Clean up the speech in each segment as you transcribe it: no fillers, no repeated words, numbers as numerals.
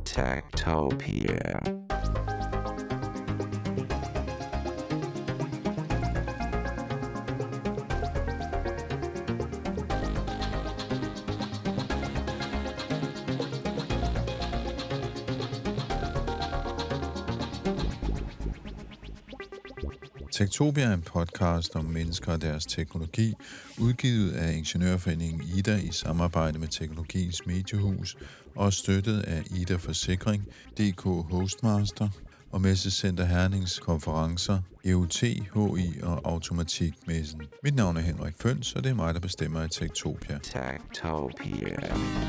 Techtopia. Techtopia er en podcast om mennesker og deres teknologi, udgivet af Ingeniørforeningen Ida i samarbejde med Teknologiens Mediehus og støttet af Ida Forsikring, DK Hostmaster og Messecenter Hernings konferencer, EUT, HI og Automatikmessen. Mit navn er Henrik Føns, og det er mig, der bestemmer i Techtopia. Techtopia.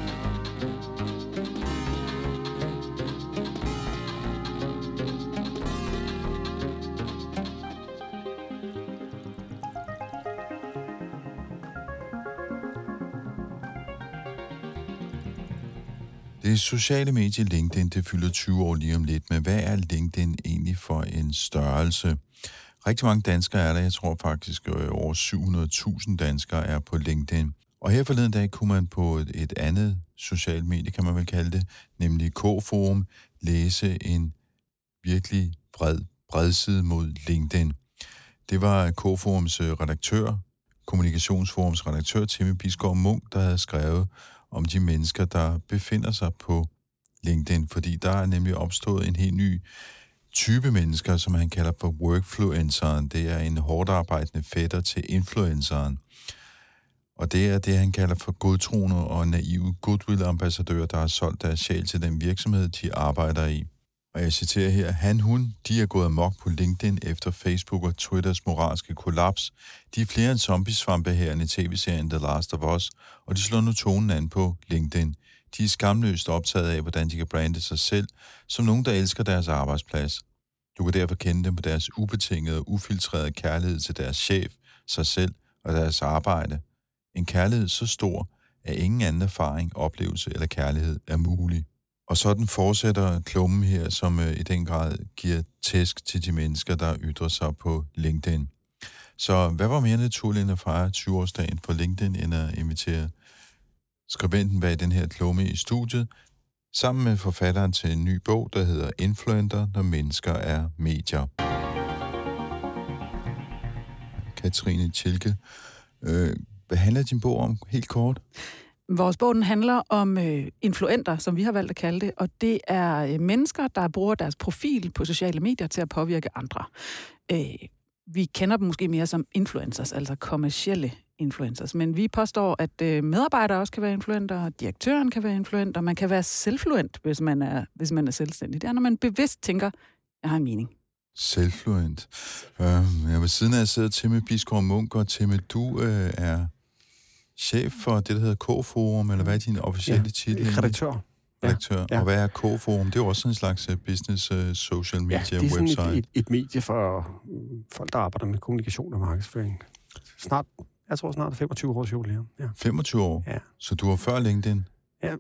Det sociale medie LinkedIn, det fylder 20 år lige om lidt, men hvad er LinkedIn egentlig for en størrelse? Rigtig mange danskere er der, jeg tror faktisk over 700.000 danskere er på LinkedIn. Og her forleden dag kunne man på et andet socialt medie, kan man vel kalde det, nemlig K-forum, læse en virkelig bred side mod LinkedIn. Det var K-forums redaktør, Kommunikationsforums redaktør, Timmy Bisgaard Munk, der havde skrevet om de mennesker, der befinder sig på LinkedIn, fordi der er nemlig opstået en helt ny type mennesker, som han kalder for workfluenceren. Det er en hårdt arbejdende fætter til influenceren. Og det er det, han kalder for godtroende og naive goodwill-ambassadører, der har solgt deres sjæl til den virksomhed, de arbejder i. Og jeg citerer her, hun, de er gået amok på LinkedIn efter Facebook og Twitters moralske kollaps. De er flere end zombiesvampe her i tv-serien The Last of Us, og de slår nu tonen an på LinkedIn. De er skamløst optaget af, hvordan de kan brande sig selv, som nogen, der elsker deres arbejdsplads. Du kan derfor kende dem på deres ubetingede og ufiltrerede kærlighed til deres chef, sig selv og deres arbejde. En kærlighed så stor, at ingen anden erfaring, oplevelse eller kærlighed er mulig. Og sådan fortsætter klummen her, som i den grad giver tæsk til de mennesker, der ytrer sig på LinkedIn. Så hvad var mere naturligt end at fejre 20-årsdagen på LinkedIn, end at invitere skribenten bag den her klumme i studiet, sammen med forfatteren til en ny bog, der hedder Influenter, når mennesker er medier. Katrine Thielke, hvad handler din bog om helt kort? Vores bog den handler om influenter, som vi har valgt at kalde det, og det er mennesker, der bruger deres profil på sociale medier til at påvirke andre. Vi kender dem måske mere som influencers, altså kommercielle influencers, men vi påstår, at medarbejdere også kan være influenter, og direktøren kan være influenter, man kan være selvfluent, hvis man er selvstændig. Det er, når man bevidst tænker, jeg har en mening. Selvfluent. Jeg ved siden af at sidde Timmy Bisgaard Munk, og Timmy, du er chef for det, der hedder K-forum, eller hvad er din officielle titel? Redaktør. Ja. Og hvad er K-forum? Det er jo også en slags business social media website. Ja, det er sådan et medie for folk, der arbejder med kommunikation og markedsføring. Jeg tror snart 25 års jubilæum. Ja. 25 år? Ja. Så du var før LinkedIn? Ja.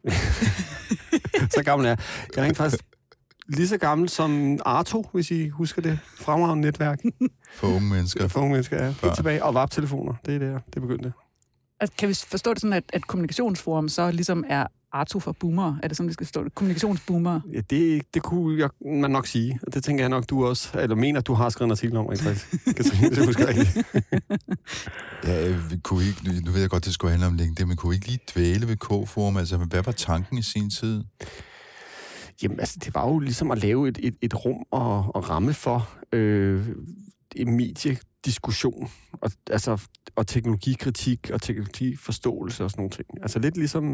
Så gammel er jeg. Jeg er rent faktisk lige så gammel som Arto, hvis I husker det. Fremragende netværk. For unge mennesker. For unge mennesker, ja. Helt tilbage. Og VAP-telefoner. Det er det begyndte. Altså, kan vi forstå det sådan, at kommunikationsforum så ligesom er Arto for boomer? Er det sådan, vi skal forstå det? Kommunikationsboomer? Ja, det kunne man nok sige. Og det tænker jeg nok, du også, eller mener, du har skrevet en artikel om, rent faktisk. Det husker jeg ikke. Ja, nu ved jeg godt, det skulle handle om LinkedIn, men kunne I ikke lige dvæle ved K-forum? Altså, hvad var tanken i sin tid? Jamen, altså, det var jo ligesom at lave et rum og ramme for en mediediskussion, og teknologikritik og teknologiforståelse og sådan nogle ting. Altså lidt ligesom,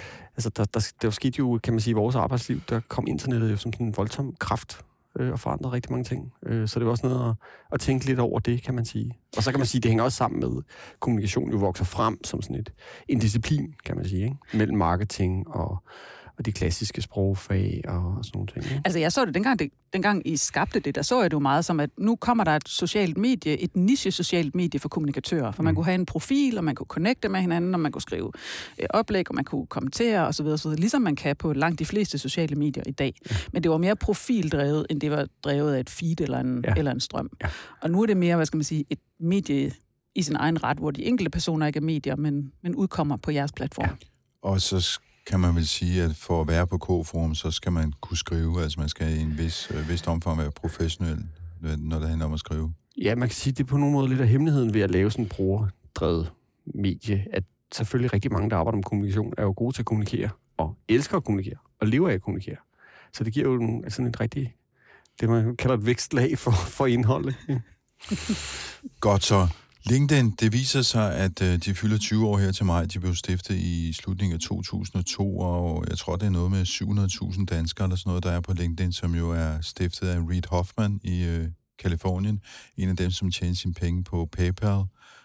der skete jo, kan man sige, i vores arbejdsliv, der kom internettet jo som sådan en voldsom kraft og forandrede rigtig mange ting. Så det var også noget at tænke lidt over det, kan man sige. Og så kan man sige, det hænger også sammen med, kommunikation jo vokser frem som sådan en disciplin, kan man sige, ikke? Mellem marketing og de klassiske sprogfag og sådan nogle ting. Ikke? Altså, jeg så det, dengang I skabte det, der så jeg det jo meget som, at nu kommer der et socialt medie, et niche-socialt medie for kommunikatører, for man kunne have en profil, og man kunne connecte med hinanden, og man kunne skrive oplæg, og man kunne kommentere osv., ligesom man kan på langt de fleste sociale medier i dag. Ja. Men det var mere profildrevet, end det var drevet af et feed eller en strøm. Ja. Og nu er det mere, hvad skal man sige, et medie i sin egen ret, hvor de enkelte personer ikke er medier, men udkommer på jeres platform. Ja. Og så kan man vel sige, at for at være på K-forum, så skal man kunne skrive, altså man skal i en vis omfang være professionel, når det handler om at skrive. Ja, man kan sige, det er på nogen måde lidt af hemmeligheden ved at lave sådan en brugerdrevet medie, at selvfølgelig rigtig mange, der arbejder med kommunikation, er jo gode til at kommunikere, og elsker at kommunikere, og lever af at kommunikere. Så det giver jo sådan et rigtig, det man kalder et vækstlag for indholdet. Godt så. LinkedIn, det viser sig, at de fylder 20 år her til maj. De blev stiftet i slutningen af 2002, og jeg tror, det er noget med 700.000 danskere eller sådan noget, der er på LinkedIn, som jo er stiftet af Reid Hoffman i Kalifornien. En af dem, som tjener sine penge på PayPal.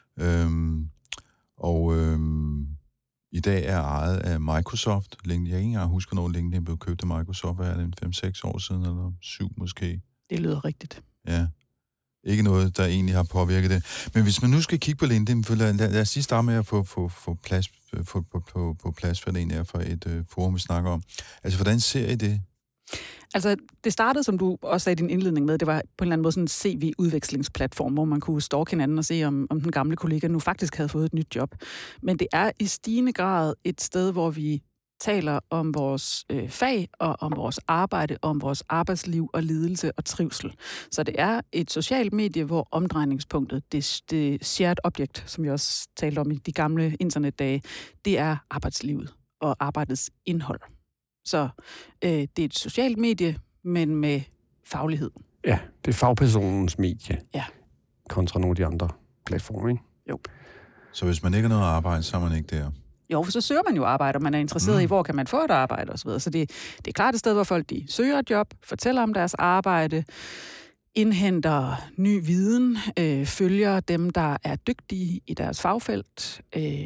I dag er ejet af Microsoft. Jeg kan ikke engang huske, hvornår LinkedIn blev købt af Microsoft. Hvad er det, 5-6 år siden, eller 7 måske? Det lyder rigtigt. Ja. Ikke noget, der egentlig har påvirket det. Men hvis man nu skal kigge på LinkedIn, lad os lige starte med at få plads på plads, for det egentlig er for et forum, vi snakker om. Altså, hvordan ser I det? Altså, det startede, som du også sagde i din indledning med, det var på en eller anden måde sådan en CV-udvekslingsplatform, hvor man kunne stalke hinanden og se, om den gamle kollega nu faktisk havde fået et nyt job. Men det er i stigende grad et sted, hvor vi taler om vores fag og om vores arbejde, om vores arbejdsliv og lidelse og trivsel. Så det er et socialt medie, hvor omdrejningspunktet, det shared object, som vi også talte om i de gamle internetdage, det er arbejdslivet og arbejdets indhold. Så det er et socialt medie, men med faglighed. Ja, det er fagpersonens medie. Ja. Kontra nogle af de andre platforme, ikke? Jo. Så hvis man ikke har noget arbejde, så er man ikke der? Jo, for så søger man jo arbejde, og man er interesseret i, hvor kan man få et arbejde osv. Så det er klart et sted, hvor folk de søger et job, fortæller om deres arbejde, indhenter ny viden, følger dem, der er dygtige i deres fagfelt,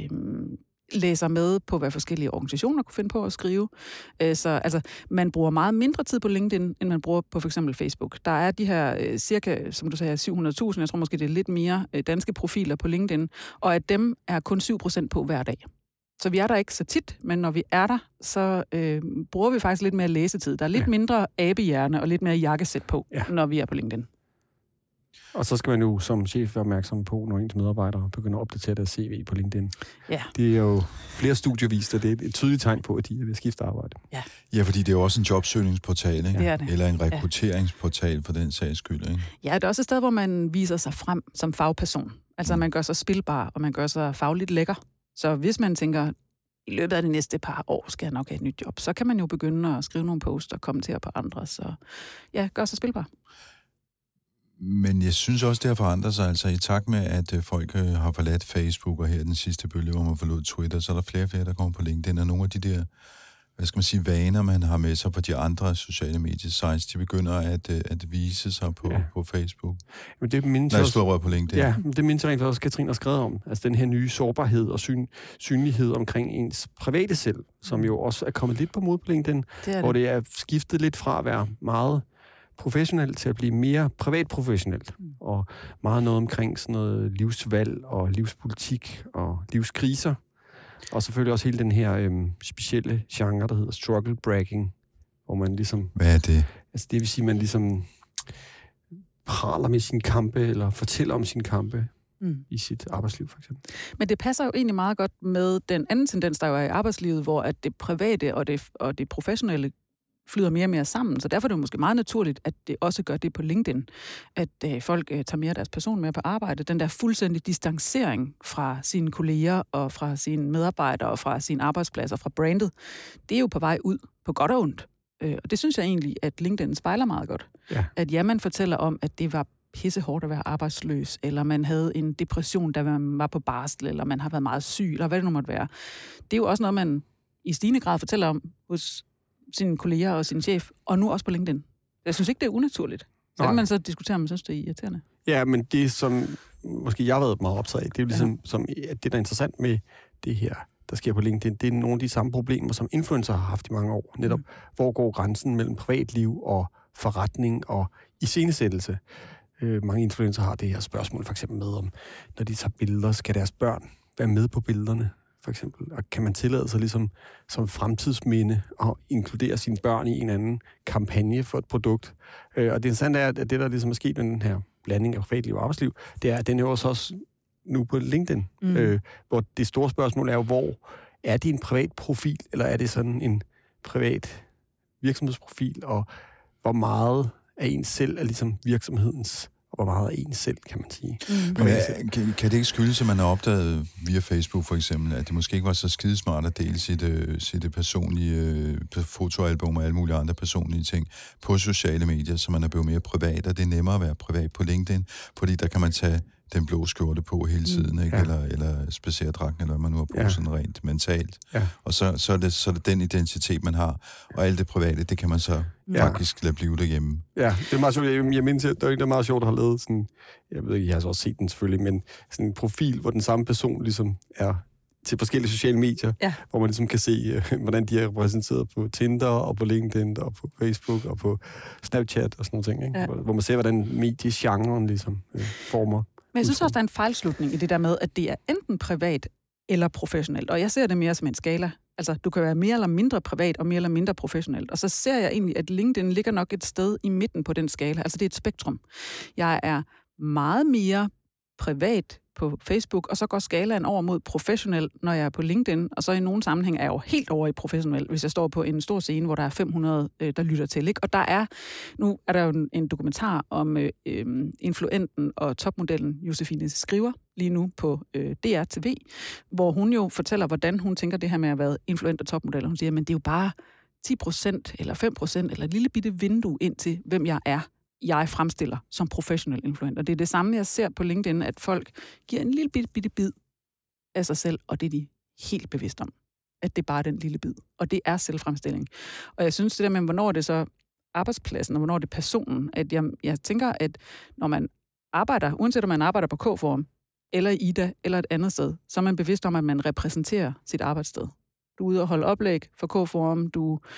læser med på, hvad forskellige organisationer kunne finde på at skrive. Så altså, man bruger meget mindre tid på LinkedIn, end man bruger på for eksempel Facebook. Der er de her cirka, som du sagde, 700.000, jeg tror måske det er lidt mere, danske profiler på LinkedIn, og af dem er kun 7% på hver dag. Så vi er der ikke så tit, men når vi er der, så bruger vi faktisk lidt mere læsetid. Der er lidt mindre abehjerne og lidt mere jakkesæt på, når vi er på LinkedIn. Og så skal man jo som chef være opmærksom på, når ens medarbejdere begynder at opdatere deres CV på LinkedIn. Ja. Det er jo flere studier vist, at det er et tydeligt tegn på, at de er ved at skifte arbejde. Ja, fordi det er jo også en jobsøgningsportal, ikke? Det er det. Eller en rekrutteringsportal for den sags skyld, ikke? Ja, det er også et sted, hvor man viser sig frem som fagperson. Altså, man gør sig spilbar, og man gør sig fagligt lækker. Så hvis man tænker, i løbet af de næste par år skal jeg nok have et nyt job, så kan man jo begynde at skrive nogle posts og kommentere på andre. Så ja, gør sig spilbar. Men jeg synes også, det har forandret sig. Altså i takt med, at folk har forladt Facebook, og her den sidste bølge, hvor man forlod Twitter, så er der flere og flere, der kommer på LinkedIn, og nogle af de der, hvad skal man sige, vaner, man har med sig på de andre sociale mediesites, de begynder at vise sig på Facebook. Men det mindes på LinkedIn. Ja, det mindes rent også, Katrine har skrevet om. Altså den her nye sårbarhed og synlighed omkring ens private selv, som jo også er kommet lidt på mod på LinkedIn, hvor det er skiftet lidt fra at være meget professionelt til at blive mere privatprofessionelt, og meget noget omkring sådan noget livsvalg og livspolitik og livskriser. Og selvfølgelig også hele den her specielle genre, der hedder struggle bragging, hvor man ligesom... Hvad er det? Altså det vil sige, at man ligesom praler med sine kampe, eller fortæller om sine kampe i sit arbejdsliv, for eksempel. Men det passer jo egentlig meget godt med den anden tendens, der jo er i arbejdslivet, hvor at det private og det professionelle flyder mere og mere sammen. Så derfor er det jo måske meget naturligt, at det også gør det på LinkedIn. At folk tager mere af deres person med på arbejde. Den der fuldstændig distancering fra sine kolleger og fra sine medarbejdere og fra sine arbejdspladser, fra brandet, det er jo på vej ud, på godt og ondt. Og det synes jeg egentlig, at LinkedIn spejler meget godt. Ja. At man fortæller om, at det var pissehårdt at være arbejdsløs, eller man havde en depression, da man var på barsel, eller man har været meget syg, eller hvad det nu måtte være. Det er jo også noget, man i stigende grad fortæller om hos sine kolleger og sin chef, og nu også på LinkedIn. Jeg synes ikke, det er unaturligt. Så kan man så diskutere, om man synes, det er irriterende. Ja, men det, som måske jeg har været meget optaget af, det er jo ligesom, at det, der er interessant med det her, der sker på LinkedIn, det er nogle af de samme problemer, som influencer har haft i mange år. Netop, hvor går grænsen mellem privatliv og forretning og iscenesættelse? Mange influencer har det her spørgsmål, for eksempel med, om når de tager billeder, skal deres børn være med på billederne? For eksempel. Og kan man tillade sig ligesom som fremtidsminde at inkludere sine børn i en anden kampagne for et produkt? Og det interessante er, at det, der ligesom er sket med den her blanding af privatliv og arbejdsliv, det er, at den er også nu på LinkedIn. Hvor det store spørgsmål er jo, hvor er det en privat profil, eller er det sådan en privat virksomhedsprofil, og hvor meget af en selv er ligesom virksomhedens, og hvor meget af en selv, kan man sige. Men kan det ikke skyldes, at man har opdaget via Facebook for eksempel, at det måske ikke var så skidesmart at dele sit personlige fotoalbum og alle mulige andre personlige ting på sociale medier, så man er blevet mere privat, og det er nemmere at være privat på LinkedIn, fordi der kan man tage den blå skjorte på hele tiden, ikke? Ja. Eller spacerdragten, eller hvad man nu har brugt sådan rent mentalt. Ja. Og så er det den identitet, man har, og alt det private, det kan man så faktisk lade blive derhjemme. Ja, det er meget sjovt. Jeg mindes, at det er meget sjovt at have lavet sådan, jeg ved ikke, jeg har så også set den selvfølgelig, men sådan en profil, hvor den samme person ligesom er til forskellige sociale medier, hvor man ligesom kan se, hvordan de er repræsenteret på Tinder, og på LinkedIn, og på Facebook, og på Snapchat, og sådan nogle ting, ikke? Ja. Hvor man ser, hvordan mediegenren ligesom former. Men jeg synes også, der er en fejlslutning i det der med, at det er enten privat eller professionelt. Og jeg ser det mere som en skala. Altså, du kan være mere eller mindre privat og mere eller mindre professionelt. Og så ser jeg egentlig, at LinkedIn ligger nok et sted i midten på den skala. Altså, det er et spektrum. Jeg er meget mere privat på Facebook, og så går skalaen over mod professionel, når jeg er på LinkedIn, og så i nogle sammenhæng er jeg jo helt over i professionel, hvis jeg står på en stor scene, hvor der er 500, der lytter til, ikke? Og nu er der jo en dokumentar om influenten og topmodellen Josefine Skriver lige nu på DR-TV, hvor hun jo fortæller, hvordan hun tænker det her med at være influent og topmodel. Hun siger, men det er jo bare 10% eller 5% eller et lille bitte vindue ind til, hvem jeg er. Jeg fremstiller som professionel influencer. Det er det samme, jeg ser på LinkedIn, at folk giver en lille bitte bid af sig selv, og det er de helt bevidst om, at det er bare den lille bid. Og det er selvfremstilling. Og jeg synes det der med, hvornår det så arbejdspladsen, og hvornår det er personen, at jeg tænker, at når man arbejder, uanset om man arbejder på K-Forum, eller i Ida, eller et andet sted, så er man bevidst om, at man repræsenterer sit arbejdssted. Du er ude og holde oplæg for K-Forum,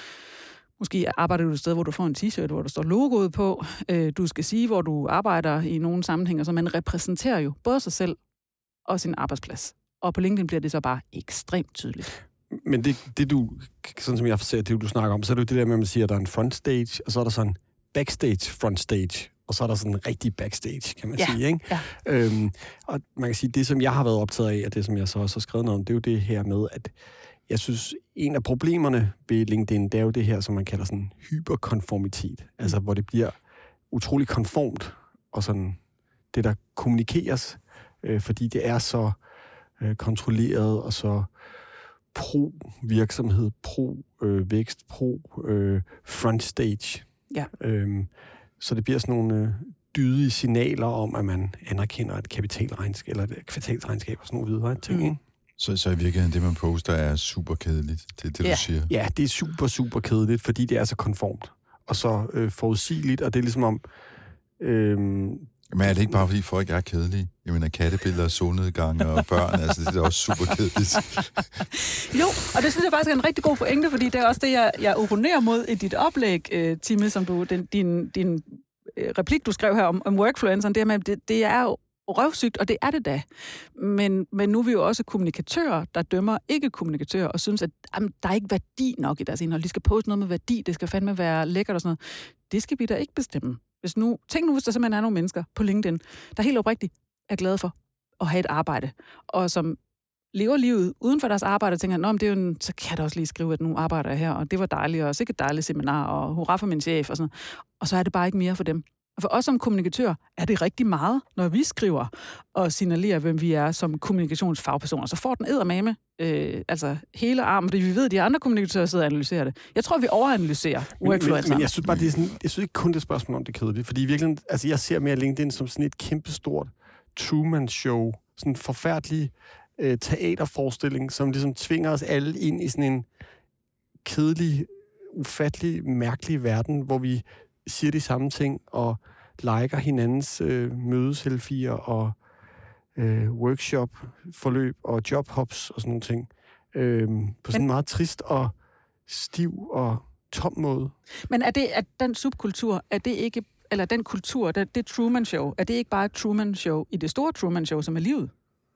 måske arbejder du et sted, hvor du får en t-shirt, hvor der står logoet på. Du skal sige, hvor du arbejder i nogle sammenhænge, så man repræsenterer jo både sig selv og sin arbejdsplads. Og på LinkedIn bliver det så bare ekstremt tydeligt. Men det du, sådan som jeg ser det, du snakker om, så er det jo det der med, at man siger, at der er en frontstage, og så er der sådan backstage, frontstage, og så er der sådan en rigtig backstage, kan man sige, ikke? Ja. Og man kan sige, det som jeg har været optaget af, og det som jeg så også har skrevet noget om, det er jo det her med, at jeg synes, en af problemerne ved LinkedIn, det er jo det her, som man kalder sådan hyperkonformitet. Altså, hvor det bliver utrolig konformt, og sådan det, der kommunikeres, fordi det er så kontrolleret, og så pro-virksomhed, pro-vækst, pro-frontstage. Ja. Så det bliver sådan nogle dydige signaler om, at man anerkender et kapitalregnskab, eller et kvartalsregnskab og sådan noget videre ting, ikke? Så i virkeligheden, det man poster er super kedeligt, det er det, du siger? Ja, det er super, super kedeligt, fordi det er så konformt, og så forudsigeligt, og det er ligesom om... Men er det ikke bare, fordi folk er kedelige? Jeg mener, kattebilleder, solnedgange og børn, altså det er også super kedeligt. Jo, og det synes jeg faktisk er en rigtig god pointe, fordi det er også det, jeg opponerer mod i dit oplæg, Time, som du, din replik, du skrev her om workfluenceren, det, med, det er jo røvsygt, og det er det da. Men nu er vi jo også kommunikatører, der dømmer ikke-kommunikatører, og synes, at der er ikke værdi nok i deres indhold. De skal poste noget med værdi, det skal fandme være lækkert og sådan noget. Det skal vi da ikke bestemme. Tænk nu, hvis der simpelthen er nogle mennesker på LinkedIn, der helt oprigtigt er glade for at have et arbejde, og som lever livet uden for deres arbejde, og tænker, det er jo så kan jeg da også lige skrive, at nu arbejder jeg her, og det var dejligt, og sikkert et dejligt seminar, og hurra for min chef, og sådan noget. Og så er det bare ikke mere for dem. For os som kommunikatør er det rigtig meget, når vi skriver og signalerer, hvem vi er som kommunikationsfagpersoner. Så får den eddermame hele armen, fordi vi ved, at de andre kommunikatører sidder og analyserer det. Jeg tror, vi overanalyserer workfluenceren. Men jeg synes bare, det er sådan, jeg synes ikke kun det spørgsmål om det kedeligt, fordi i virkeligheden, altså jeg ser mere LinkedIn som sådan et kæmpestort Truman-show, sådan en forfærdelig teaterforestilling, som ligesom tvinger os alle ind i sådan en kedelig, ufattelig, mærkelig verden, hvor vi siger de samme ting og liker hinandens mødeselfier og workshop-forløb og jobhops og sådan nogle ting. På sådan en meget trist og stiv og tom måde. Men at den subkultur, er det ikke, eller den kultur, det Truman Show, er det ikke bare et Truman Show i det store Truman Show, som er livet?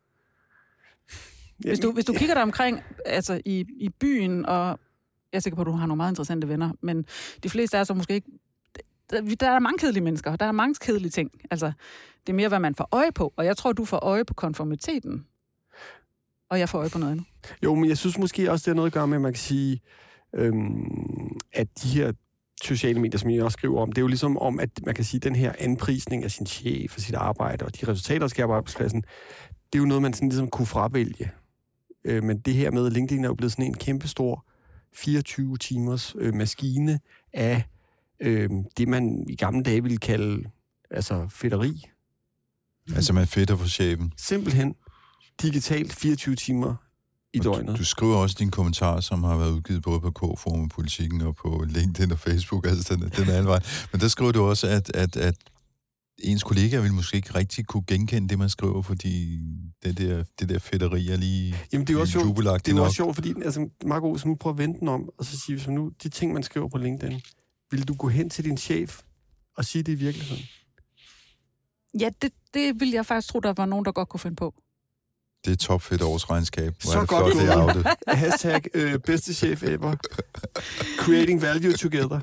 Hvis du kigger dig omkring, altså i byen, og jeg er sikker på, at du har nogle meget interessante venner, men de fleste er så måske ikke. Der er mange kedelige mennesker, der er mange kedelige ting. Altså, det er mere, hvad man får øje på, og jeg tror, du får øje på konformiteten. og jeg får øje på noget andet. Jo, men jeg synes måske også, det har noget at gøre med, at man kan sige, at de her sociale medier, som jeg også skriver om, det er jo ligesom om, at man kan sige, at den her anprisning af sin chef og sit arbejde, og de resultater, der sker på arbejdspladsen, det er jo noget, man sådan ligesom kunne fravælge. Men det her med, LinkedIn er jo blevet sådan en kæmpestor 24 timers maskine af det, man i gamle dage ville kalde fedteri. Altså man fedter for chefen. Simpelthen digitalt 24 timer i døgnet. Du skriver også dine kommentarer, som har været udgivet både på K-Forum, Politikken og på LinkedIn og Facebook, altså den anden vej. Men der skriver du også, at ens kollegaer vil måske ikke rigtig kunne genkende det, man skriver, fordi det der fedteri er lige... Jamen, det er også jubelagtigt. Det er også sjovt, fordi Marco, så nu prøv at vente den om, og så sige, som nu, de ting, man skriver på LinkedIn, vil du gå hen til din chef og sige det i virkeligheden? Ja, det vil jeg faktisk tro, der var nogen, der godt kunne finde på. Det er topfedt årsregnskab. Så det godt gået. Hashtag bedste chef ever. Creating value together.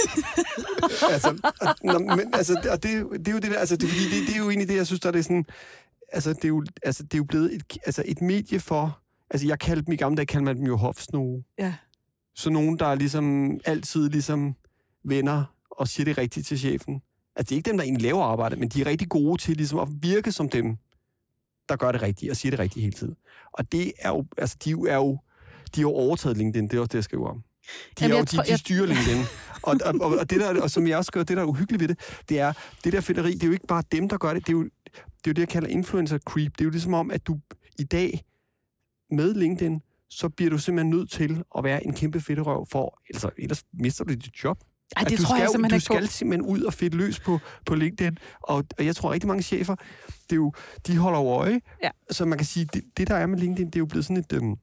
Det er jo det der, det er jo egentlig det, jeg synes, der er det sådan, det er jo blevet et medie for, jeg kaldte dem i gamle dage, kaldte man dem jo hofsnoge. Ja. Så nogen, der ligesom altid ligesom vender og siger det rigtigt til chefen. Det er ikke dem, der egentlig laver arbejde, men de er rigtig gode til ligesom at virke som dem, der gør det rigtigt og siger det rigtigt hele tiden. Og det er jo, de har jo overtaget LinkedIn, det er også det, jeg skriver om. De styrer LinkedIn. Og det der, og som jeg også skriver, det der er uhyggeligt ved det, det er, det der fedteri, det er jo ikke bare dem, der gør det, det er jo det, jeg kalder influencer creep. Det er jo ligesom om, at du i dag med LinkedIn, så bliver du simpelthen nødt til at være en kæmpe fedterøv ellers mister du dit job. Det tror jeg simpelthen ikke på. Du skal simpelthen ud og fedte løs på LinkedIn. Og jeg tror rigtig mange chefer, de holder over øje. Ja. Så man kan sige, det der er med LinkedIn, det er jo blevet sådan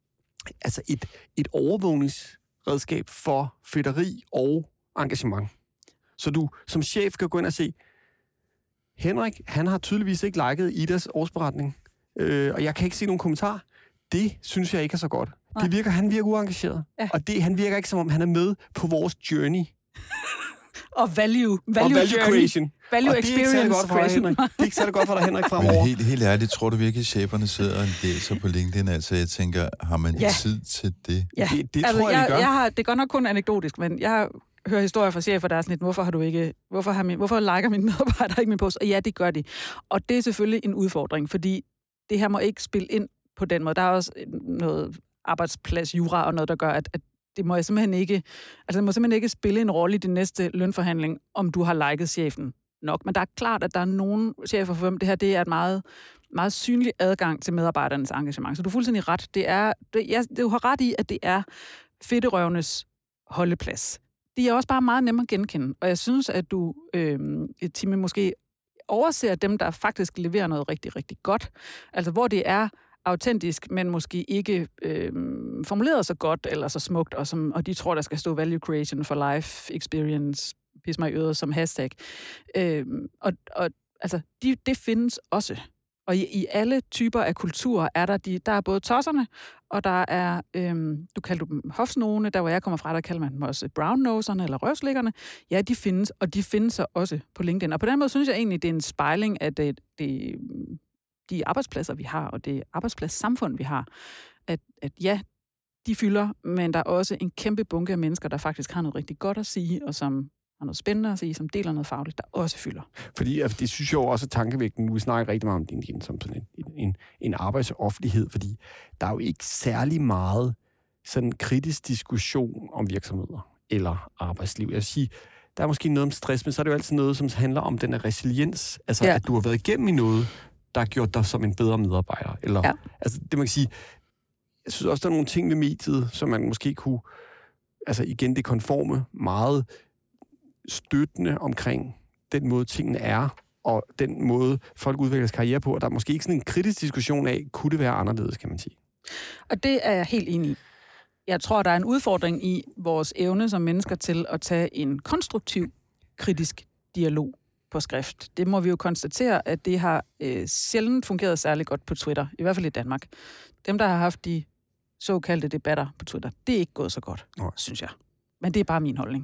et overvågningsredskab for fedteri og engagement. Så du som chef kan gå ind og se, Henrik, han har tydeligvis ikke liket Idas årsberetning, og jeg kan ikke se nogen kommentar. Det synes jeg ikke er så godt. Han virker uengageret. Ja. Og han virker ikke, som om han er med på vores journey. Og value creation. Value experience creation. Det er ikke særlig godt for dig, Henrik, fremover. Men helt ærligt, tror du virkelig, at cheferne sidder og læser på LinkedIn? Altså, jeg tænker, har man tid til det? Ja. Det tror jeg, de gør. Det er godt nok kun anekdotisk, men jeg hører historier fra chefer, der er sådan lidt, hvorfor liker mine medarbejdere ikke min post? Og ja, det gør de. Og det er selvfølgelig en udfordring, fordi det her må ikke spille ind på den måde. Der er også noget arbejdspladsjura og noget, der gør, at det må simpelthen ikke spille en rolle i din næste lønforhandling, om du har liket chefen nok. Men der er klart, at der er nogle chefer for hvem det her, det er et meget, meget synlig adgang til medarbejdernes engagement. Så du er fuldstændig ret. Du har ret i, at det er fedterøvenes holdeplads. De er også bare meget nemmere at genkende. Og jeg synes, at du, Timmy, måske overser dem, der faktisk leverer noget rigtig, rigtig godt. Altså, hvor det er autentisk, men måske ikke formuleret så godt eller så smukt, og de tror, der skal stå value creation for life experience, pis mig i øret som hashtag. Det findes også. Og i alle typer af kulturer er der er både tosserne, og der er, du kalder dem hofsnogene, der hvor jeg kommer fra, der kalder man dem også brown-noserne eller røvslikkerne. Ja, de findes, og de findes så også på LinkedIn. Og på den måde synes jeg egentlig, det er en spejling af de arbejdspladser, vi har, og det arbejdspladssamfund, vi har, at ja, de fylder, men der er også en kæmpe bunke af mennesker, der faktisk har noget rigtig godt at sige, og som har noget spændende at sige, som deler noget fagligt, der også fylder. Fordi det synes jeg også er tankevækkende. Vi snakker rigtig meget om LinkedIn som sådan en arbejdsoffentlighed, fordi der er jo ikke særlig meget sådan kritisk diskussion om virksomheder eller arbejdsliv. Jeg vil sige, der er måske noget om stress, men så er det jo altid noget, som handler om den her resiliens, at du har været igennem i noget, der har gjort dig som en bedre medarbejder. Eller, det man kan sige, jeg synes også, der er nogle ting ved mediet, som man måske kunne, igen det konforme, meget støttende omkring den måde, tingene er, og den måde, folk udvikler deres karriere på, og der er måske ikke sådan en kritisk diskussion af, kunne det være anderledes, kan man sige. Og det er jeg helt enig i. Jeg tror, der er en udfordring i vores evne som mennesker til at tage en konstruktiv, kritisk dialog på skrift. Det må vi jo konstatere, at det har sjældent fungeret særlig godt på Twitter, i hvert fald i Danmark. Dem, der har haft de såkaldte debatter på Twitter, det er ikke gået så godt, synes jeg. Men det er bare min holdning.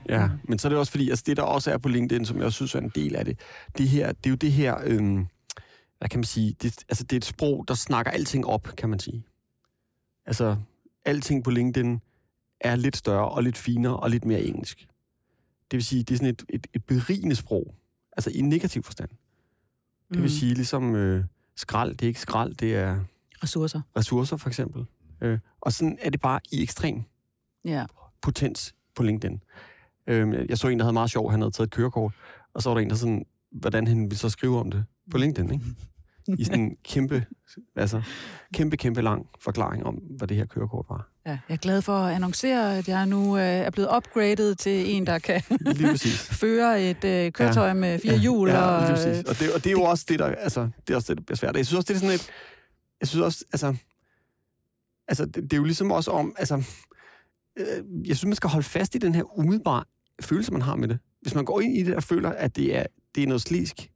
Ja, men så er det også fordi, altså det der også er på LinkedIn, som jeg også synes er en del af det, det er jo det her, hvad kan man sige, det er et sprog, der snakker alting op, kan man sige. Altså, alting på LinkedIn er lidt større og lidt finere og lidt mere engelsk. Det vil sige, det er sådan et berigende sprog, altså i negativ forstand. Det vil sige, ligesom skrald, det er ikke skrald, det er... Ressourcer, for eksempel. Og sådan er det bare i ekstrem potens på LinkedIn. Jeg så en, der havde meget sjov, han havde taget et kørekort, og så var der en, der sådan, hvordan han ville så skrive om det på LinkedIn, ikke? I sådan en kæmpe lang forklaring om, hvad det her kørekort var. Ja, jeg er glad for at annoncere, at jeg nu er blevet upgradet til en, der kan føre et køretøj med 4 hjul. Og det er jo også det, der, altså, det er også det, der bliver svært. Jeg synes også, det er sådan et... Jeg synes også, altså det er jo ligesom også om, altså, jeg synes, man skal holde fast i den her umiddelbare følelse, man har med det. Hvis man går ind i det og føler, at det er noget slisk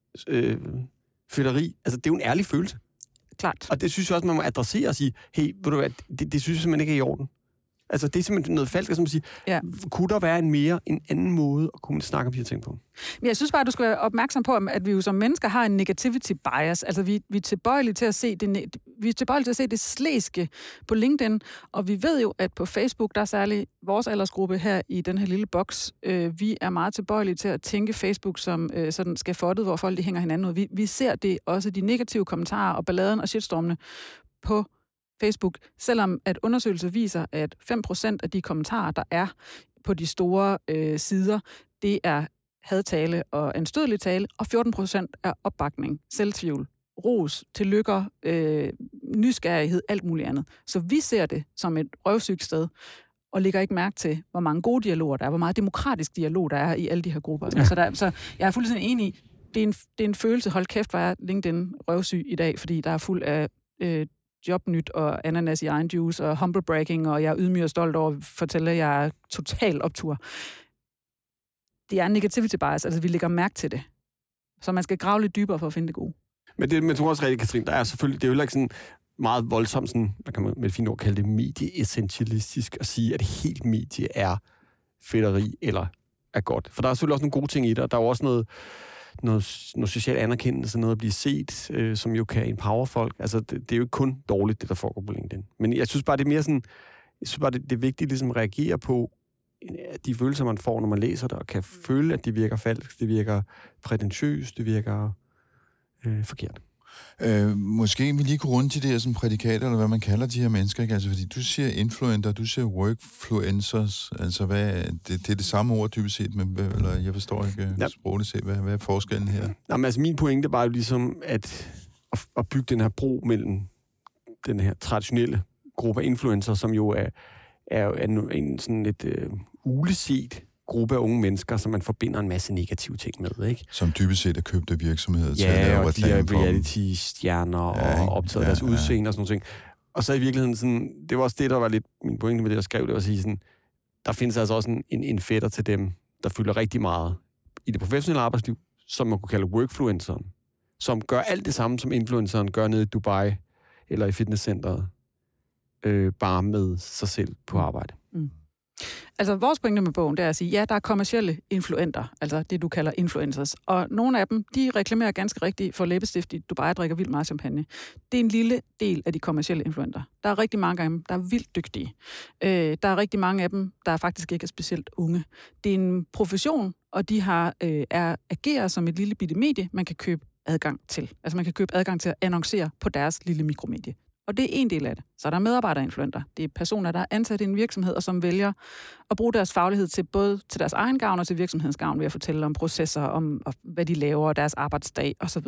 føleri, altså det er jo en ærlig følelse. Klart. Og det synes jeg også, man må adressere og sige, hey, ved du hvad, det synes jeg simpelthen ikke er i orden. Altså, det er simpelthen noget falsk, som at sige, kunne der være en anden måde at kunne snakke om de her ting på? Men jeg synes bare, at du skal være opmærksom på, at vi jo som mennesker har en negativity bias. Altså, vi er tilbøjelige til at se det slæske på LinkedIn, og vi ved jo, at på Facebook, der er særligt vores aldersgruppe her i den her lille boks, vi er meget tilbøjelige til at tænke Facebook som sådan skafottet, hvor folk de hænger hinanden ud. Vi ser det også, de negative kommentarer og balladen og shitstormene på Facebook, selvom at undersøgelser viser, at 5% af de kommentarer, der er på de store sider, det er hadtale og anstødelig tale, og 14% er opbakning, selvtvivl, ros, tillykker, nysgerrighed, alt muligt andet. Så vi ser det som et røvsygt sted, og lægger ikke mærke til, hvor mange gode dialoger der er, hvor meget demokratisk dialog der er i alle de her grupper. Ja. Så jeg er fuldstændig enig i, det er en følelse, hold kæft, hvor er LinkedIn røvsyg i dag, fordi der er fuld af jobnyt og ananas i egen juice og humble bragging, og jeg er ydmyg og stolt over at fortælle, at jeg er total optur. Det er en negativity bias, altså vi lægger mærke til det. Så man skal grave lidt dybere for at finde det gode. Men det med også rigtigt, Katrine, der er selvfølgelig, det er jo ikke sådan meget voldsomt, sådan, man kan med et fint ord kalde det medieessentialistisk, at sige, at et helt medie er fedteri eller er godt. For der er selvfølgelig også nogle gode ting i det, og der er jo også noget social anerkendelse, noget at blive set, som jo kan empower folk. Altså, det er jo ikke kun dårligt, det der foregår på LinkedIn. Men jeg synes bare, det er mere sådan, det er vigtigt ligesom at reagere på de følelser, man får, når man læser det, og kan føle, at det virker falsk, det virker prætentiøst, det virker forkert. Måske vi lige kunne runde de der sådan prædikater, eller hvad man kalder de her mennesker, ikke? Altså, fordi du siger influencer, du siger workfluencers, altså det er det samme ord dybest set, men eller jeg forstår ikke sprogligt set, hvad er forskellen her? Jamen, altså min pointe var jo ligesom, at bygge den her bro mellem den her traditionelle gruppe af influencer, som jo er en sådan lidt uleset gruppe af unge mennesker, som man forbinder en masse negative ting med, ikke? Som dybest set er købte virksomheder til at lave reklame for. Ja, og de er reality-stjerner og optaget deres udseende og sådan noget. Og så i virkeligheden sådan, det var også det, der var lidt min pointe med det, jeg skrev, det var at sige sådan, der findes altså også en fætter til dem, der fylder rigtig meget i det professionelle arbejdsliv, som man kunne kalde workfluenceren, som gør alt det samme, som influenceren gør nede i Dubai eller i fitnesscenteret, bare med sig selv på arbejde. Mm. Altså, vores pointe med bogen, det er at sige, ja, der er kommercielle influenter, altså det, du kalder influencers. Og nogle af dem, de reklamerer ganske rigtigt for læbestift i Dubai, drikker vildt meget champagne. Det er en lille del af de kommercielle influenter. Der er rigtig mange af dem, der er vildt dygtige. Der er rigtig mange af dem, der faktisk ikke er specielt unge. Det er en profession, og de agerer som et lille bitte medie, man kan købe adgang til. Altså, man kan købe adgang til at annoncere på deres lille mikromedie. Og det er en del af det. Så er der medarbejderinfluenter. Det er personer, der er ansat i en virksomhed, og som vælger at bruge deres faglighed til både til deres egen gavn og til virksomhedens gavn ved at fortælle om processer, om hvad de laver, deres arbejdsdag osv.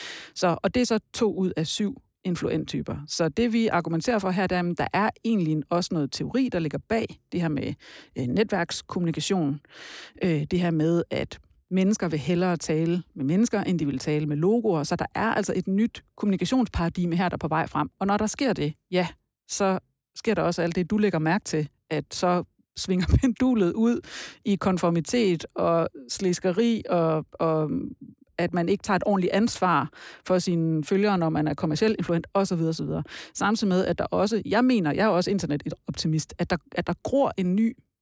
Og det er så 2 ud af 7 influenttyper. Så det vi argumenterer for her, det er, at der er egentlig også noget teori, der ligger bag det her med netværkskommunikation. Det her med, at mennesker vil hellere tale med mennesker, end de vil tale med logoer. Så der er altså et nyt kommunikationsparadigme her, der er på vej frem. Og når der sker det, ja, så sker der også alt det, du lægger mærke til, at så svinger pendulet ud i konformitet og slæskeri, og at man ikke tager et ordentligt ansvar for sine følgere, når man er kommerciel influent, osv. Samtidig med, at der også, jeg er også internetoptimist, at der gror en ny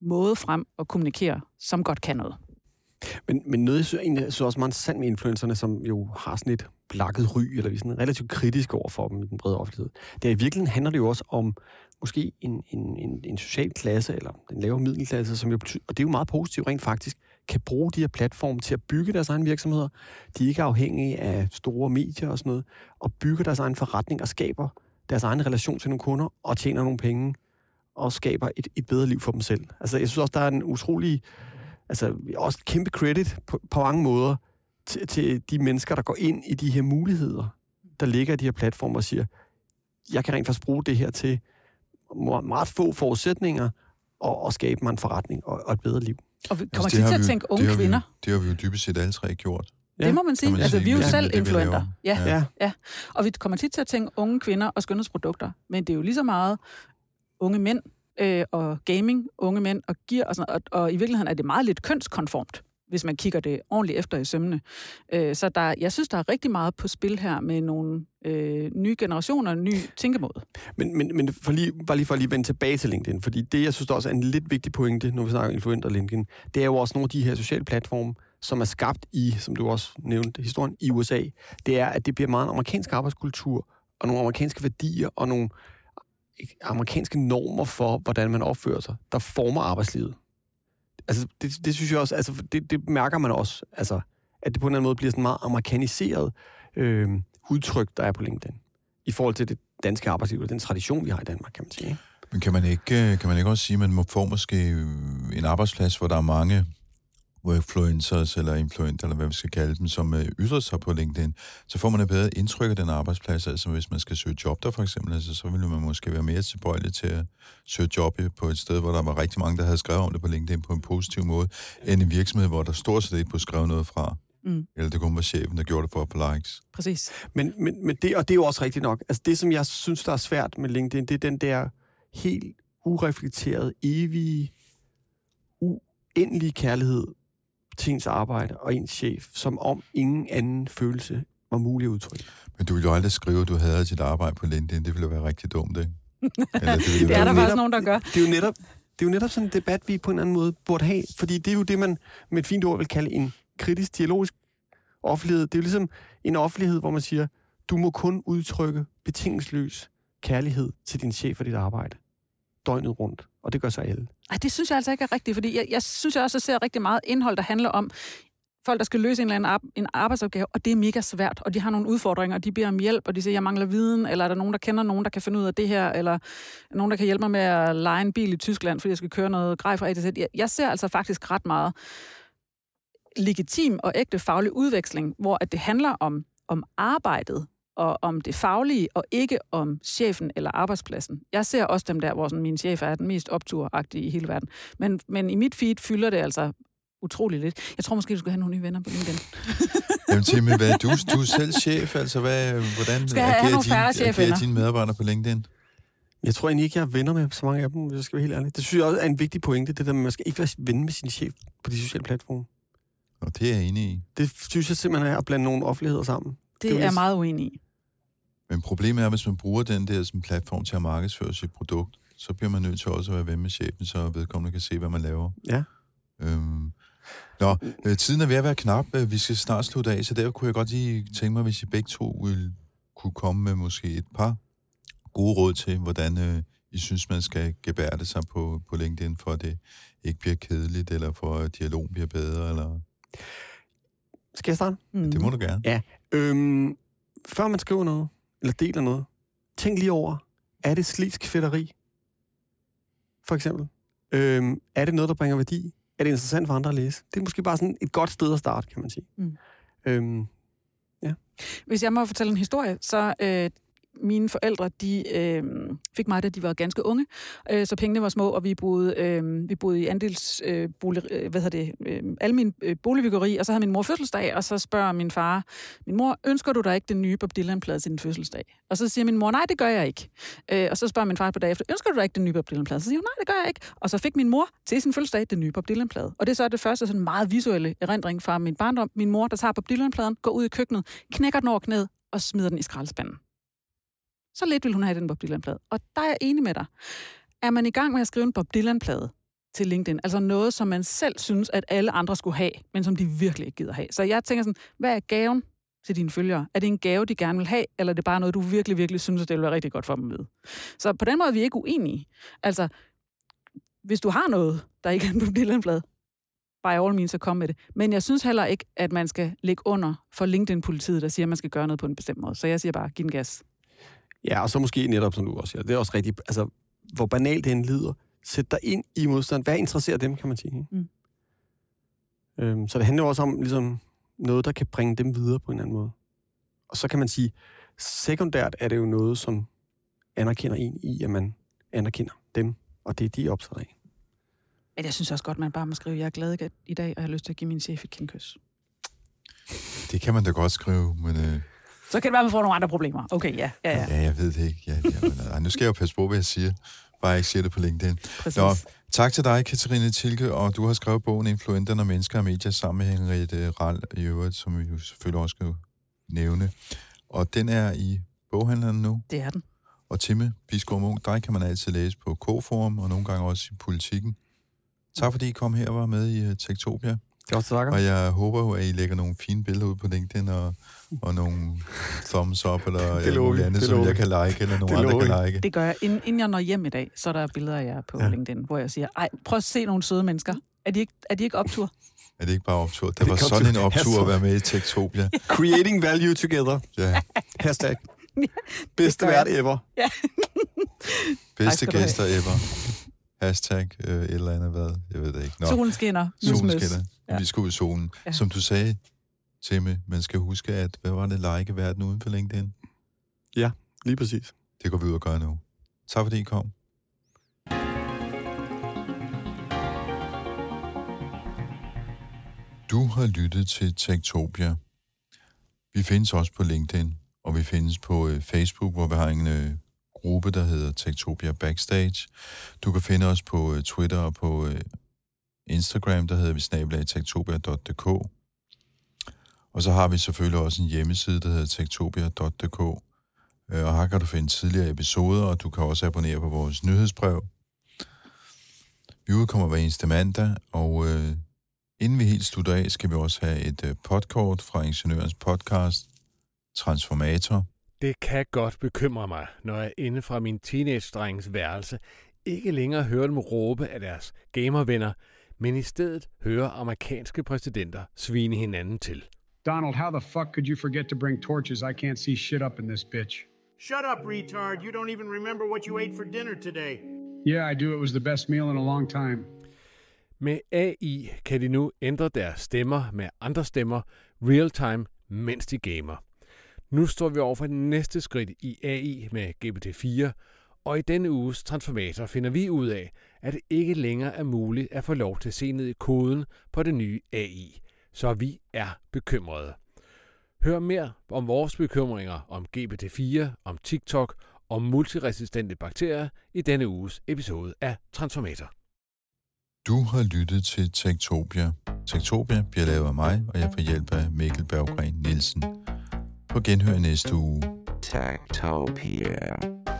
måde frem og kommunikere, som godt kan noget. Men noget, jeg synes også meget interessant med influencerne, som jo har sådan et blakket ry, eller vi er sådan relativt kritisk over for dem i den brede offentlighed. Det er i virkeligheden handler det jo også om måske en social klasse, eller den lavere middelklasse, som jo betyder, og det er jo meget positivt rent faktisk, kan bruge de her platforme til at bygge deres egen virksomheder. De er ikke afhængige af store medier og sådan noget, og bygger deres egen forretning og skaber deres egen relation til nogle kunder, og tjener nogle penge, og skaber et bedre liv for dem selv. Altså, jeg synes også, der er en utrolig, altså også kæmpe credit på mange måder til de mennesker, der går ind i de her muligheder, der ligger i de her platformer og siger, jeg kan rent faktisk bruge det her til meget få forudsætninger og skabe mig en forretning og et bedre liv. Og vi kommer til at tænke unge kvinder. Det har vi jo dybest set alle tre gjort. Det må man sige. Altså, vi er jo selv influenter. Ja. Og vi kommer tit til at tænke unge kvinder og skønhedsprodukter. Men det er jo lige så meget unge mænd og gaming, unge mænd og gear og sådan noget. Og i virkeligheden er det meget lidt kønskonformt, hvis man kigger det ordentligt efter i sømmene. Så jeg synes, der er rigtig meget på spil her med nogle nye generationer og ny tænkemåde. Men bare lige for at vende tilbage til LinkedIn, fordi det, jeg synes, der også er en lidt vigtig pointe, når vi snakker influenter LinkedIn, det er jo også nogle af de her sociale platforme, som er skabt i, som du også nævnte, historien i USA. Det er, at det bliver meget en amerikansk arbejdskultur, og nogle amerikanske værdier, og nogle amerikanske normer for, hvordan man opfører sig, der former arbejdslivet. Altså, det synes jeg også, altså, det mærker man også, altså, at det på en eller anden måde bliver sådan meget amerikaniseret udtryk, der er på LinkedIn, i forhold til det danske arbejdsliv, og den tradition, vi har i Danmark, kan man sige. Men kan man ikke også sige, at man får måske en arbejdsplads, hvor der er mange influencers eller influenter, eller hvad vi skal kalde dem, som ytrer sig på LinkedIn, så får man et bedre indtryk af den arbejdsplads. Altså hvis man skal søge job der for eksempel, altså, så ville man måske være mere tilbøjelig til at søge job på et sted, hvor der var rigtig mange, der havde skrevet om det på LinkedIn på en positiv måde, end en virksomhed, hvor der stort set ikke blev skrevet noget fra. Eller det kun var chefen, der gjorde det for at få likes. Præcis. Men det, og det er jo også rigtigt nok. Altså det, som jeg synes, der er svært med LinkedIn, det er den der helt ureflekterede, evige, uendelige kærlighed til ens arbejde og ens chef, som om ingen anden følelse var mulig at udtrykke. Men du ville jo aldrig skrive, at du havde dit arbejde på LinkedIn. Det ville jo være rigtig dumt, ikke? Det er der faktisk nogen, der gør. Det er jo netop sådan en debat, vi på en anden måde burde have, fordi det er jo det, man med et fint ord vil kalde en kritisk dialogisk offentlighed. Det er jo ligesom en offentlighed, hvor man siger, du må kun udtrykke betingelsesløs kærlighed til din chef og dit arbejde døgnet rundt, og det gør så alle. Ej, det synes jeg altså ikke er rigtigt, fordi jeg synes jeg også, at ser rigtig meget indhold, der handler om folk, der skal løse en eller anden en arbejdsopgave, og det er mega svært, og de har nogle udfordringer, og de beder om hjælp, og de siger, jeg mangler viden, eller er der nogen, der kender nogen, der kan finde ud af det her, eller nogen, der kan hjælpe mig med at leje en bil i Tyskland, fordi jeg skal køre noget grej fra A til Z. Jeg ser altså faktisk ret meget legitim og ægte faglig udveksling, hvor at det handler om arbejdet, og om det faglige, og ikke om chefen eller arbejdspladsen. Jeg ser også dem der, hvor sådan, min chef er den mest opturagtige i hele verden. Men i mit feed fylder det altså utroligt lidt. Jeg tror måske, du skal have nogle nye venner på LinkedIn. Jamen Timmy, hvad er du er selv chef? Altså, hvordan agerer dine medarbejdere på LinkedIn? Jeg tror egentlig ikke, jeg er venner med så mange af dem, hvis jeg skal være helt ærlig. Det synes jeg også er en vigtig pointe, det der med, at man skal ikke være ven med sin chef på de sociale platforme. Og det er jeg enig i. Det synes jeg simpelthen er at blande nogle offentligheder sammen. Det er jeg meget uenig i. Men problemet er, hvis man bruger den der som platform til at markedsføre sit produkt, så bliver man nødt til også at være ven med chefen, så vedkommende kan se, hvad man laver. Ja. Tiden er ved at være knap. Vi skal snart slutte af, så derfor kunne jeg godt lige tænke mig, hvis I begge to ville kunne komme med måske et par gode råd til, hvordan I synes, man skal gebærde sig på LinkedIn, for at det ikke bliver kedeligt, eller for at dialogen bliver bedre, eller... Skal jeg starte? Det må du gerne. Ja. Før man skriver noget, eller deler noget, tænk lige over, er det slisk fedteri? For eksempel. Er det noget, der bringer værdi? Er det interessant for andre at læse? Det er måske bare sådan et godt sted at starte, kan man sige. Ja. Hvis jeg må fortælle en historie, så mine forældre, de fik mig, da de var ganske unge, så pengene var små, og vi boede i almen boligbyggeri, og så havde min mor fødselsdag, og så spørger min far, min mor, ønsker du dig ikke den nye Bob Dylan-plade til din fødselsdag? Og så siger min mor, nej, det gør jeg ikke. Og så spørger min far på dag efter, ønsker du dig ikke den nye Bob Dylan-plade? Så siger hun, nej, det gør jeg ikke. Og så fik min mor til sin fødselsdag den nye Bob Dylan-plade. Og det er så det første sådan meget visuelle erindring fra min barndom. Min mor, der tager Bob Dylan-pladen, går ud i køkkenet, knækker den over knæet og smider den i skraldespanden. Så lidt vil hun have den Bob Dylan-plade. Og der er jeg enig med dig. Er man i gang med at skrive en Bob Dylan-plade til LinkedIn. Altså noget, som man selv synes, at alle andre skulle have, men som de virkelig ikke gider have. Så jeg tænker sådan, hvad er gaven til dine følgere? Er det en gave, de gerne vil have, eller er det bare noget, du virkelig, virkelig synes, at det vil være rigtig godt for dem med? Så på den måde er vi ikke uenige. Altså, hvis du har noget, der ikke er på billedblad, by all means, så kom med det. Men jeg synes heller ikke, at man skal ligge under for LinkedIn-politiet, der siger, at man skal gøre noget på en bestemt måde. Så jeg siger bare, giv den gas. Ja, og så måske netop, som du også siger, det er også rigtigt, altså, hvor banalt det end lyder, sæt dig ind i modstand. Hvad interesserer dem, kan man sige? Så det handler også om ligesom, noget, der kan bringe dem videre på en anden måde. Og så kan man sige, sekundært er det jo noget, som anerkender en i, at man anerkender dem, og det er de optaget af. Men jeg synes også godt, man bare må skrive, jeg er glad i dag, og jeg har lyst til at give min chef et kindkys. Det kan man da godt skrive, men... Så kan det være, at man får nogle andre problemer. Okay, ja. Ja, jeg ved det ikke. Ja, men, nu skal jeg jo passe på, hvad jeg siger. Bare jeg ikke siger det på LinkedIn. Præcis. Nå, tak til dig, Katarina Thielke, og du har skrevet bogen Influenter, når mennesker og medier sammen med Henriette Rall i øvrigt, som vi jo selvfølgelig også skal nævne. Og den er i boghandleren nu. Det er den. Og Timme Bisgaard Munk, dig kan man altid læse på K-forum, og nogle gange også i Politikken. Tak fordi I kom her og var med i Techtopia. Det er også takker. Og jeg håber jo, at I lægger nogle fine billeder ud på LinkedIn, og nogle thumbs up, eller noget andet, som jeg kan like, eller nogle andre kan like. Det gør jeg. Inden jeg når hjem i dag, så er der billeder af jer på LinkedIn, hvor jeg siger, ej, prøv at se nogle søde mennesker. Er de ikke optur? Er det ikke bare optur? Det var sådan en optur at være med i Techtopia. Creating value together. Ja. Hashtag. Bedste vært ever. Ja. Bedste gæster ever. Hashtag et eller andet hvad. Jeg ved det ikke. Nå. Solen skinner. Solen skinner. Ja. Vi skal ud i solen. Ja. Som du sagde, Timme, man skal huske, at hvad var det like verden uden for LinkedIn? Ja, lige præcis. Det går vi ud og gøre nu. Tak fordi I kom. Du har lyttet til Techtopia. Vi findes også på LinkedIn, og vi findes på Facebook, hvor vi har en gruppe, der hedder Techtopia Backstage. Du kan finde os på Twitter og på Instagram, der hedder vi @techtopia.dk. Og så har vi selvfølgelig også en hjemmeside, der hedder techtopia.dk. Og her kan du finde tidligere episoder, og du kan også abonnere på vores nyhedsbrev. Vi udkommer hver eneste mandag, og inden vi helt slutter af, skal vi også have et podkort fra Ingeniørens podcast, Transformator. Det kan godt bekymre mig, når jeg inde fra min teenage-drengens værelse ikke længere hører dem råbe af deres gamervenner, men i stedet hører amerikanske præsidenter svine hinanden til. Donald, how the fuck could you forget to bring torches? I can't see shit up in this bitch. Shut up, retard. You don't even remember what you ate for dinner today. Yeah, I do. It was the best meal in a long time. Med AI kan de nu ændre deres stemmer med andre stemmer real-time, mens de gamer. Nu står vi over for det næste skridt i AI med GPT-4, og i denne uges Transformator finder vi ud af, at det ikke længere er muligt at få lov til at se ned i koden på det nye AI. Så vi er bekymrede. Hør mere om vores bekymringer om GPT-4, om TikTok og multiresistente bakterier i denne uges episode af Transformator. Du har lyttet til Techtopia. Techtopia bliver lavet af mig, og jeg får hjælp af Mikkel Berggren Nielsen. På genhør næste uge. Techtopia.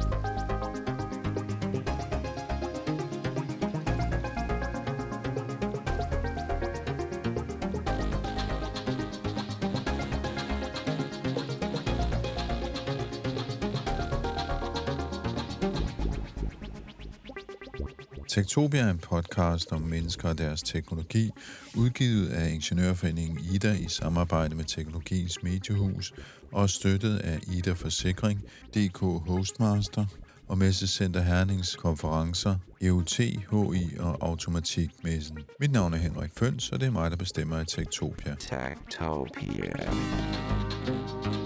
Techtopia er en podcast om mennesker og deres teknologi, udgivet af Ingeniørforeningen Ida i samarbejde med Teknologiens Mediehus og støttet af Ida Forsikring, DK Hostmaster og Messecenter Hernings konferencer, EUT, HI og Automatikmessen. Mit navn er Henrik Føns, og det er mig, der bestemmer i Techtopia. Techtopia.